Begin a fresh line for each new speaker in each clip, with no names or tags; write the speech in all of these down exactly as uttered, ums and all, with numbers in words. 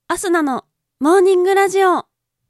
アスナのモーニングラジオ。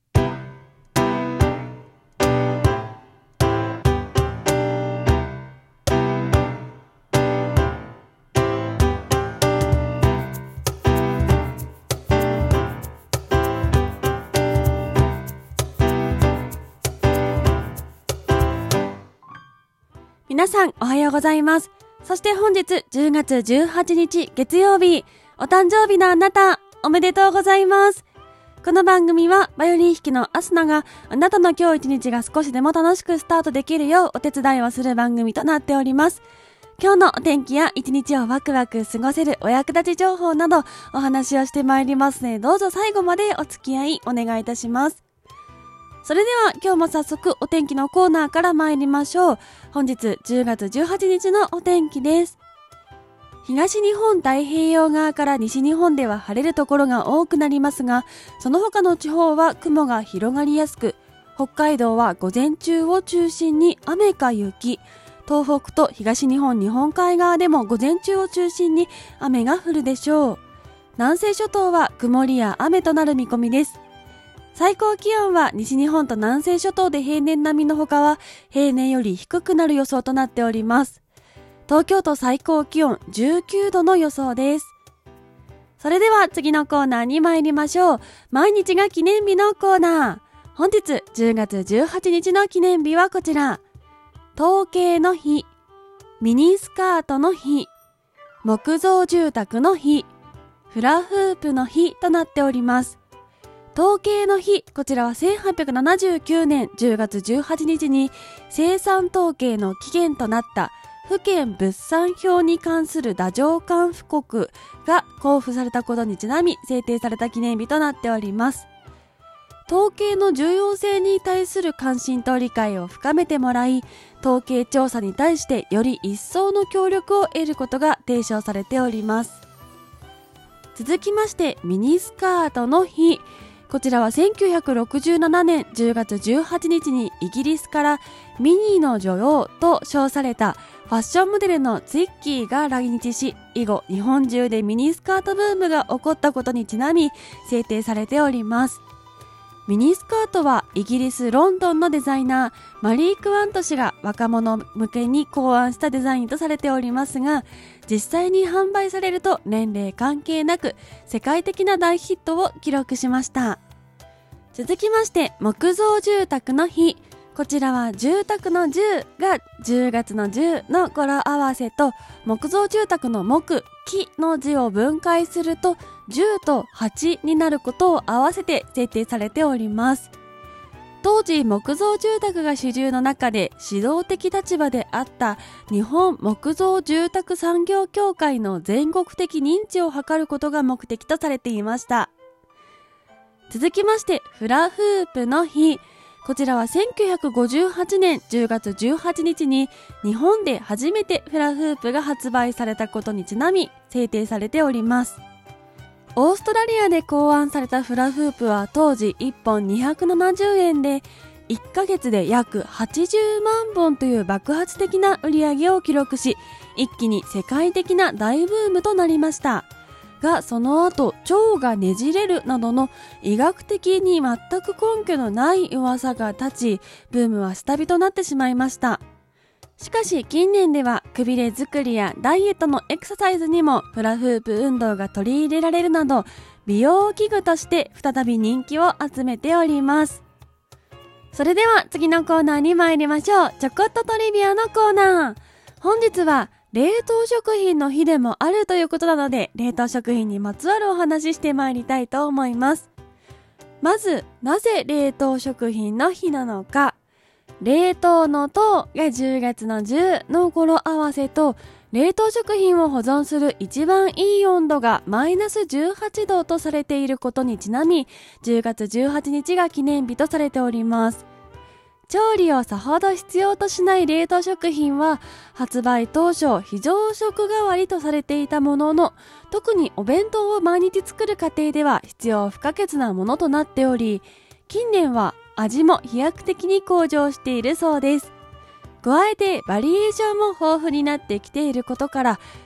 皆さんおはようございます。そして本日じゅうがつじゅうはちにち月曜日、お誕生日のあなたおめでとうございます。この番組はバイオリン弾きのアスナがあなたの今日一日が少しでも楽しくスタートできるようお手伝いをする番組となっております。今日のお天気や一日をワクワク過ごせるお役立ち情報などお話をしてまいりますので、どうぞ最後までお付き合いお願いいたします。それでは今日も早速お天気のコーナーから参りましょう。本日じゅうがつじゅうはちにちのお天気です。東日本太平洋側から西日本では晴れるところが多くなりますが、その他の地方は雲が広がりやすく、北海道は午前中を中心に雨か雪、東北と東日本日本海側でも午前中を中心に雨が降るでしょう。南西諸島は曇りや雨となる見込みです。最高気温は西日本と南西諸島で平年並みの他は平年より低くなる予想となっております。東京都最高気温じゅうきゅうどの予想です。それでは次のコーナーに参りましょう。毎日が記念日のコーナー。本日じゅうがつじゅうはちにちの記念日はこちら。統計の日、ミニスカートの日、木造住宅の日、フラフープの日となっております。統計の日、こちらはせんはっぴゃくななじゅうきゅうねんじゅうがつじゅうはちにちに生産統計の起源となった府県物産表に関する太政官布告が公布されたことにちなみ制定された記念日となっております。統計の重要性に対する関心と理解を深めてもらい、統計調査に対してより一層の協力を得ることが提唱されております。続きましてミニスカートの日、こちらはせんきゅうひゃくろくじゅうななねんじゅうがつじゅうはちにちにイギリスからミニーの女王と称されたファッションモデルのツイッキーが来日し、以後日本中でミニスカートブームが起こったことにちなみ制定されております。ミニスカートはイギリス・ロンドンのデザイナーマリー・クワント氏が若者向けに考案したデザインとされておりますが、実際に販売されると年齢関係なく世界的な大ヒットを記録しました。続きまして木造住宅の日、こちらは住宅のじゅうがじゅうがつのじゅうの語呂合わせと木造住宅の木、木の字を分解するとじゅうとはちになることを合わせて制定されております。当時木造住宅が主流の中で指導的立場であった日本木造住宅産業協会の全国的認知を図ることが目的とされていました。続きましてフラフープの日、こちらはせんきゅうひゃくごじゅうはちねんじゅうがつじゅうはちにちに日本で初めてフラフープが発売されたことにちなみ制定されております。オーストラリアで考案されたフラフープは当時いっぽんにひゃくななじゅうえんでいっかげつで約はちじゅうまんぼんという爆発的な売り上げを記録し、一気に世界的な大ブームとなりました。がその後腸がねじれるなどの医学的に全く根拠のない噂が立ち、ブームは下火となってしまいました。しかし近年ではくびれ作りやダイエットのエクササイズにもフラフープ運動が取り入れられるなど美容器具として再び人気を集めております。それでは次のコーナーに参りましょう。ちょこっとトリビアのコーナー。本日は冷凍食品の日でもあるということなので、冷凍食品にまつわるお話ししてまいりたいと思います。まず、なぜ冷凍食品の日なのか。冷凍の凍がじゅうがつのじゅうの語呂合わせと、冷凍食品を保存する一番いい温度がマイナスじゅうはちどとされていることにちなみ、じゅうがつじゅうはちにちが記念日とされております。調理をさほど必要としない冷凍食品は発売当初非常食代わりとされていたものの、特にお弁当を毎日作る過程では必要不可欠なものとなっており、近年は味も飛躍的に向上しているそうです。加えてバリエーションも豊富になってきていることから、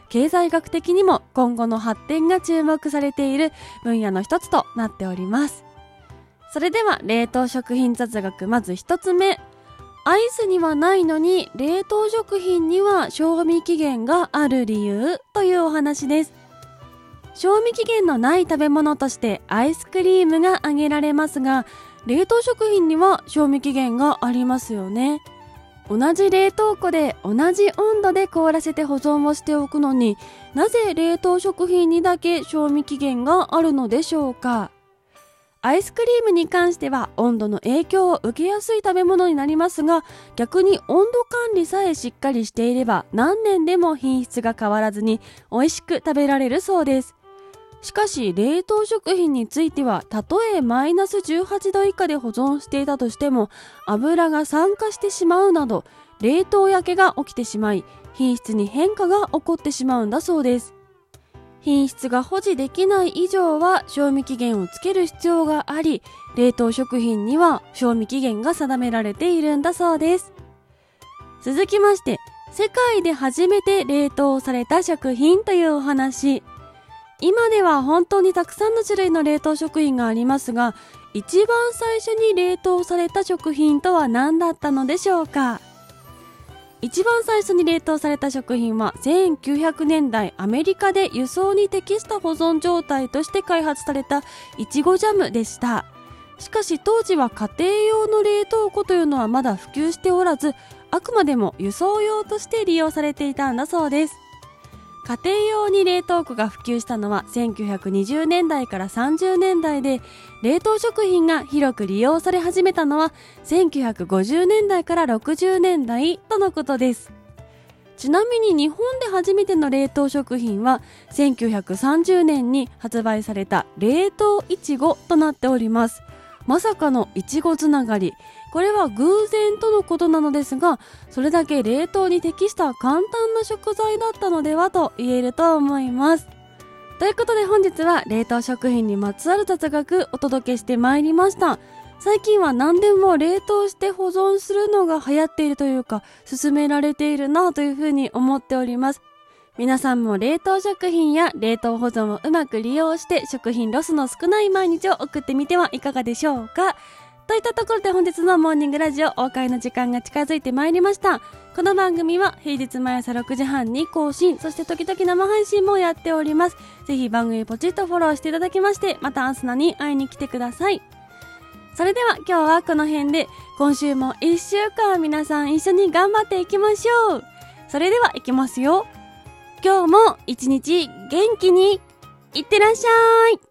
経済学的にも今後の発展が注目されている分野の一つとなっております。それでは冷凍食品雑学、まず一つ目。アイスにはないのに冷凍食品には賞味期限がある理由というお話です。賞味期限のない食べ物としてアイスクリームが挙げられますが、冷凍食品には賞味期限がありますよね。同じ冷凍庫で同じ温度で凍らせて保存をしておくのに、なぜ冷凍食品にだけ賞味期限があるのでしょうか。アイスクリームに関しては温度の影響を受けやすい食べ物になりますが、逆に温度管理さえしっかりしていれば何年でも品質が変わらずに美味しく食べられるそうです。しかし冷凍食品については、たとえマイナスじゅうはちど以下で保存していたとしても油が酸化してしまうなど冷凍焼けが起きてしまい、品質に変化が起こってしまうんだそうです。品質が保持できない以上は賞味期限をつける必要があり、冷凍食品には賞味期限が定められているんだそうです。続きまして、世界で初めて冷凍された食品というお話。今では本当にたくさんの種類の冷凍食品がありますが、一番最初に冷凍された食品とは何だったのでしょうか。一番最初に冷凍された食品はせんきゅうひゃくねんだいアメリカで輸送に適した保存状態として開発されたいちごジャムでした。しかし当時は家庭用の冷凍庫というのはまだ普及しておらず、あくまでも輸送用として利用されていたんだそうです。家庭用に冷凍庫が普及したのはせんきゅうひゃくにじゅうねんだいからさんじゅうねんだいで、冷凍食品が広く利用され始めたのはせんきゅうひゃくごじゅうねんだいからろくじゅうねんだいとのことです。ちなみに日本で初めての冷凍食品はせんきゅうひゃくさんじゅうねんに発売された冷凍いちごとなっております。まさかのいちごつながり。これは偶然とのことなのですが、それだけ冷凍に適した簡単な食材だったのではと言えると思います。ということで本日は冷凍食品にまつわる雑学お届けしてまいりました。最近は何でも冷凍して保存するのが流行っているというか、勧められているなというふうに思っております。皆さんも冷凍食品や冷凍保存をうまく利用して食品ロスの少ない毎日を送ってみてはいかがでしょうか。といったところで本日のモーニングラジオお別れの時間が近づいてまいりました。この番組は平日毎朝ろくじはんに更新、そして時々生配信もやっております。ぜひ番組ポチッとフォローしていただきまして、またアスナに会いに来てください。それでは今日はこの辺で、今週もいっしゅうかん皆さん一緒に頑張っていきましょう。それではいきますよ。今日も一日元気にいってらっしゃい。